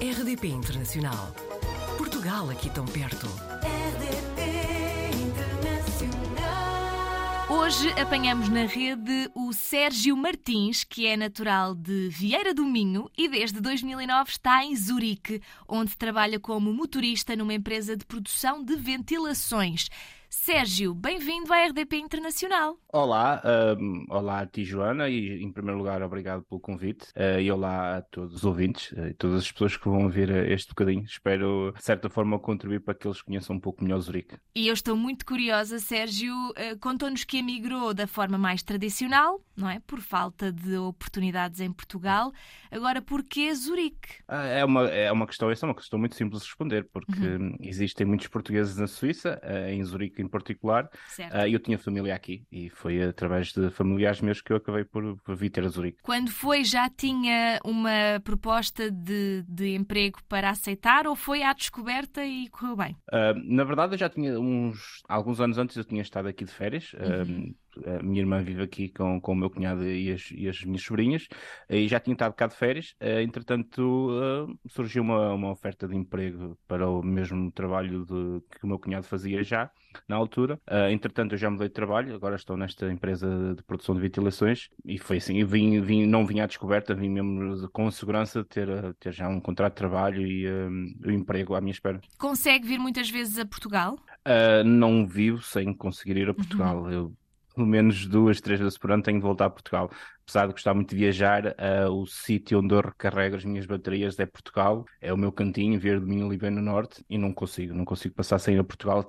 RDP Internacional. Portugal aqui tão perto. RDP Internacional. Hoje apanhamos na rede o Sérgio Martins, que é natural de Vieira do Minho e desde 2009 está em Zurique, onde trabalha como motorista numa empresa de produção de ventilações. Sérgio, bem-vindo à RDP Internacional. Olá, olá a ti, Joana, e em primeiro lugar obrigado pelo convite, e olá a todos os ouvintes e todas as pessoas que vão ouvir este bocadinho. Espero, de certa forma, contribuir para que eles conheçam um pouco melhor Zurique. E eu estou muito curiosa, Sérgio, contou-nos que emigrou da forma mais tradicional, não é? Por falta de oportunidades em Portugal. Agora, porquê Zurique? Essa é uma questão muito simples de responder, porque existem muitos portugueses na Suíça, em Zurique em particular, e eu tinha família aqui, e foi através de familiares meus que eu acabei por vir ter a Zurique. Quando foi, já tinha uma proposta de emprego para aceitar ou foi à descoberta e correu bem? Na verdade, eu já tinha alguns anos antes, eu tinha estado aqui de férias. A minha irmã vive aqui com o meu cunhado e as minhas sobrinhas, e já tinha estado cá de férias. Entretanto, surgiu uma oferta de emprego para o mesmo trabalho que o meu cunhado fazia já, na altura. Entretanto, eu já mudei de trabalho, agora estou nesta empresa de produção de ventilações, e foi assim, eu não vim à descoberta, vim mesmo com a segurança de ter já um contrato de trabalho e o emprego à minha espera. Consegue vir muitas vezes a Portugal? Não vivo sem conseguir ir a Portugal. Eu, pelo menos 2, 3 vezes por ano tenho de voltar a Portugal. Apesar de gostar muito de viajar, o sítio onde eu recarrego as minhas baterias é Portugal. É o meu cantinho, Vieira do Minho, ali bem no norte, e não consigo passar sem ir a Portugal.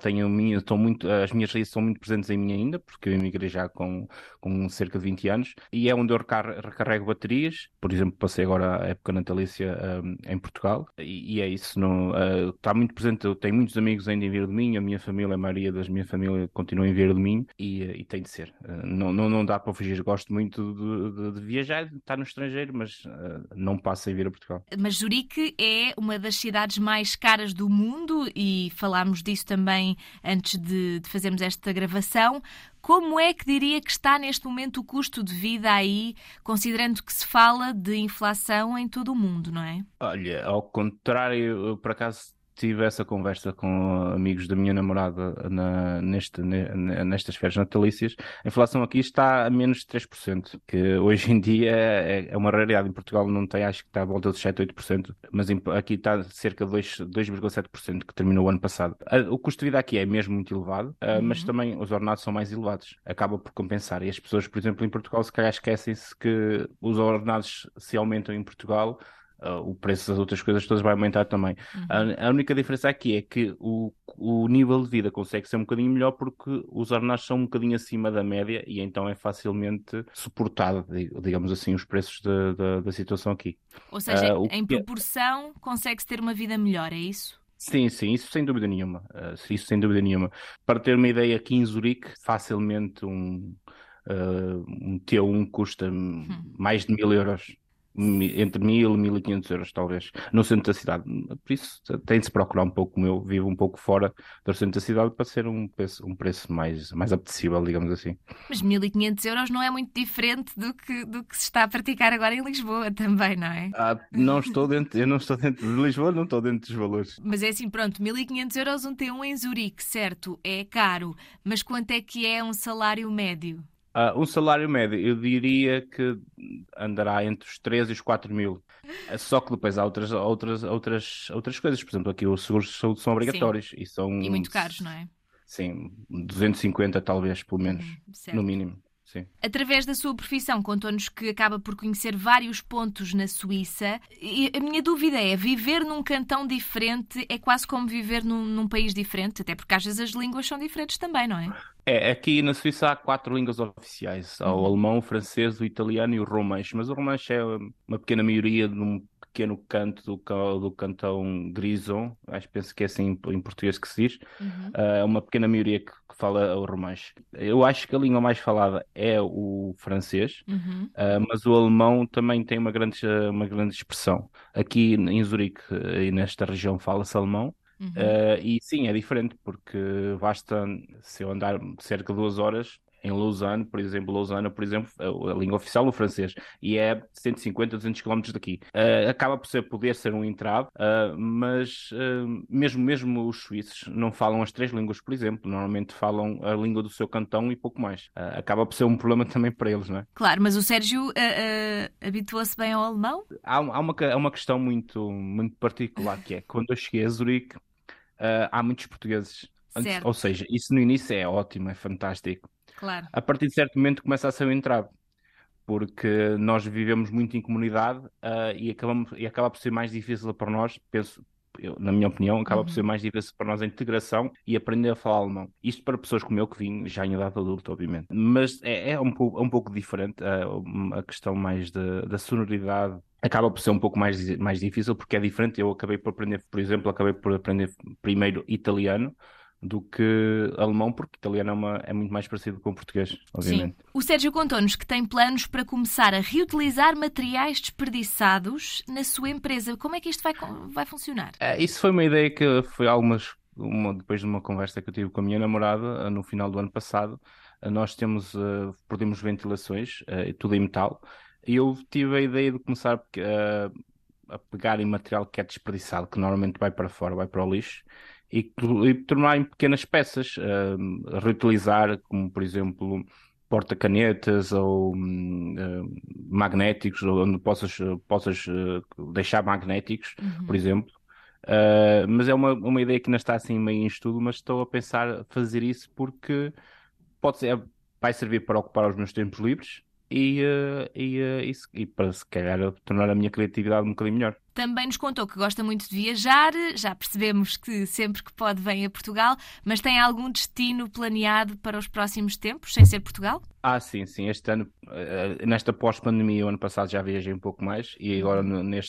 As minhas raízes são muito presentes em mim ainda, porque eu emigrei já com cerca de 20 anos, e é onde eu recarrego baterias. Por exemplo, passei agora a época natalícia em Portugal, e é isso. Está muito presente. Eu tenho muitos amigos ainda em Vieira do Minho, a maioria da minha família continua em Vieira do Minho, e tem de ser. Não dá para fugir. Gosto muito de viajar, de estar no estrangeiro, mas não passo a vir a Portugal. Mas Zurique é uma das cidades mais caras do mundo e falámos disso também antes de fazermos esta gravação. Como é que diria que está neste momento o custo de vida aí, considerando que se fala de inflação em todo o mundo, não é? Olha, ao contrário, eu por acaso tive essa conversa com amigos da minha namorada nestas férias natalícias. A inflação aqui está a menos de 3%, que hoje em dia é uma raridade. Em Portugal não tem, acho que está à volta de 7, 8%, mas aqui está cerca de 2,7%, que terminou o ano passado. O custo de vida aqui é mesmo muito elevado, mas também os ordenados são mais elevados. Acaba por compensar. E as pessoas, por exemplo, em Portugal, se calhar esquecem-se que os ordenados se aumentam em Portugal, o preço das outras coisas todas vai aumentar também. A única diferença aqui é que o nível de vida consegue ser um bocadinho melhor porque os ordenados são um bocadinho acima da média e então é facilmente suportado, digamos assim, os preços da situação aqui. Ou seja, em proporção consegue-se ter uma vida melhor, é isso? Sim, isso sem dúvida nenhuma. Isso sem dúvida nenhuma. Para ter uma ideia, aqui em Zurique, facilmente um T1 custa mais de 1.000 euros. Entre 1.000 e 1.500 euros, talvez, no centro da cidade. Por isso, tem de se procurar um pouco, como eu vivo um pouco fora do centro da cidade, para ser um preço mais apetecível, digamos assim. Mas 1.500 euros não é muito diferente do que se está a praticar agora em Lisboa também, não é? Eu não estou dentro de Lisboa, não estou dentro dos valores. Mas é assim, pronto, 1.500 euros um T1 em Zurique, certo, é caro, mas quanto é que é um salário médio? Um salário médio, eu diria que andará entre os 3 e os 4 mil. Só que depois há outras coisas. Por exemplo, aqui os seguros de saúde são obrigatórios. Sim. E muito caros, não é? Sim, 250 talvez, pelo menos, no mínimo. Sim. Através da sua profissão, contou-nos que acaba por conhecer vários pontos na Suíça. E a minha dúvida é, viver num cantão diferente é quase como viver num país diferente? Até porque às vezes as línguas são diferentes também, não é? Aqui na Suíça há 4 línguas oficiais. Há o alemão, o francês, o italiano e o romanche. Mas o romanche é uma pequena maioria de um pequeno canto do cantão Grison. Penso que é assim em português que se diz. É uma pequena maioria que fala o romanche. Eu acho que a língua mais falada é o francês, mas o alemão também tem uma grande expressão. Aqui em Zurique e nesta região fala-se alemão. E sim, é diferente, porque basta, se eu andar cerca de 2 horas, Em Lausanne, por exemplo, a língua oficial é o francês, e é 150, 200 km daqui. Acaba poder ser um entrave, mas mesmo os suíços não falam as 3 línguas, por exemplo. Normalmente falam a língua do seu cantão e pouco mais. Acaba por ser um problema também para eles, não é? Claro, mas o Sérgio habituou-se bem ao alemão? Há uma questão muito, muito particular, que é quando eu cheguei a Zurique, há muitos portugueses. Certo, Ou seja, isso no início é ótimo, é fantástico. claro. A partir de certo momento começa a ser um entrave, porque nós vivemos muito em comunidade, e acaba por ser mais difícil para nós, na minha opinião, acaba por ser mais difícil para nós a integração e aprender a falar alemão. Isto para pessoas como eu, que vim já em idade adulta, obviamente. Mas é um pouco diferente, a questão mais da sonoridade. Acaba por ser um pouco mais difícil, porque é diferente. Eu acabei por aprender primeiro italiano do que alemão, porque italiano é muito mais parecido com o português, obviamente. Sim. O Sérgio contou-nos que tem planos para começar a reutilizar materiais desperdiçados na sua empresa. Como é que isto vai funcionar? Isso foi uma ideia que foi depois de uma conversa que eu tive com a minha namorada no final do ano passado. Nós perdemos ventilações, tudo em metal, e eu tive a ideia de começar a pegar em material que é desperdiçado, que normalmente vai para fora, vai para o lixo, e tornar em pequenas peças, reutilizar, como por exemplo porta-canetas ou magnéticos, onde possas deixar magnéticos, por exemplo. Mas é uma ideia que ainda está assim meio em estudo, mas estou a pensar fazer isso porque vai servir para ocupar os meus tempos livres e para se calhar tornar a minha criatividade um bocadinho melhor. Também nos contou que gosta muito de viajar, já percebemos que sempre que pode vem a Portugal, mas tem algum destino planeado para os próximos tempos, sem ser Portugal? Sim. Este ano, nesta pós-pandemia, o ano passado já viajei um pouco mais e agora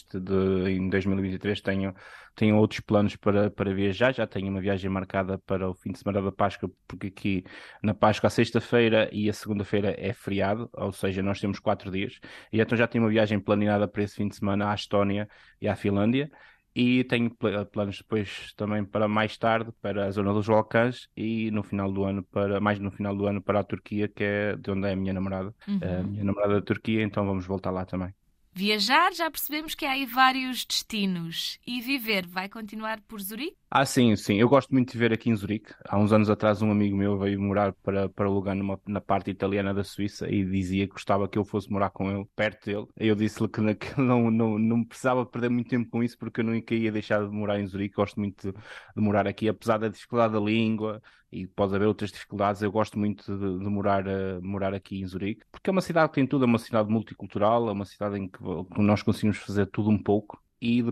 em 2023 tenho outros planos para viajar. Já tenho uma viagem marcada para o fim de semana da Páscoa, porque aqui na Páscoa a sexta-feira e a segunda-feira é feriado, ou seja, nós temos 4 dias. E então já tenho uma viagem planeada para esse fim de semana à Estónia e à Finlândia. E tenho planos depois também para mais tarde, para a zona dos Balcãs e mais no final do ano para a Turquia, que é de onde é a minha namorada. A minha namorada é da Turquia, então vamos voltar lá também. Viajar, já percebemos que há aí vários destinos. E viver, vai continuar por Zurique? Sim. Eu gosto muito de viver aqui em Zurique. Há uns anos atrás um amigo meu veio morar para Lugano, na parte italiana da Suíça, e dizia que gostava que eu fosse morar com ele, perto dele. Eu disse-lhe que não precisava perder muito tempo com isso, porque eu nunca ia deixar de morar em Zurique. Gosto muito de morar aqui, apesar da dificuldade da língua, e pode haver outras dificuldades. Eu gosto muito de morar aqui em Zurique, porque é uma cidade que tem tudo, é uma cidade multicultural, é uma cidade em que nós conseguimos fazer tudo um pouco. E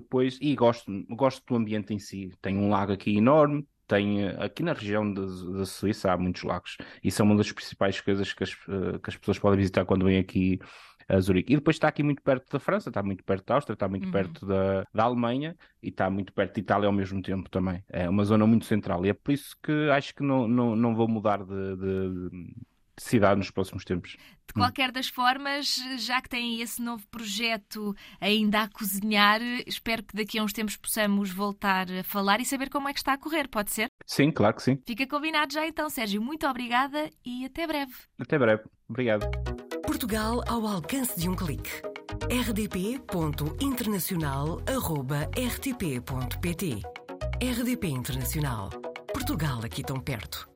gosto do ambiente em si. Tem um lago aqui enorme, aqui na região da Suíça há muitos lagos. Isso é uma das principais coisas que as pessoas podem visitar quando vêm aqui a Zurique. E depois está aqui muito perto da França, está muito perto da Áustria, está muito perto da Alemanha e está muito perto de Itália ao mesmo tempo também. É uma zona muito central e é por isso que acho que não vou mudar de cidade nos próximos tempos. De qualquer das formas, já que tem esse novo projeto ainda a cozinhar, espero que daqui a uns tempos possamos voltar a falar e saber como é que está a correr, pode ser? Sim, claro que sim. Fica combinado já então, Sérgio. Muito obrigada e até breve. Até breve. Obrigado. Portugal ao alcance de um clique. rdp.internacional@rtp.pt. RDP Internacional. Portugal aqui tão perto.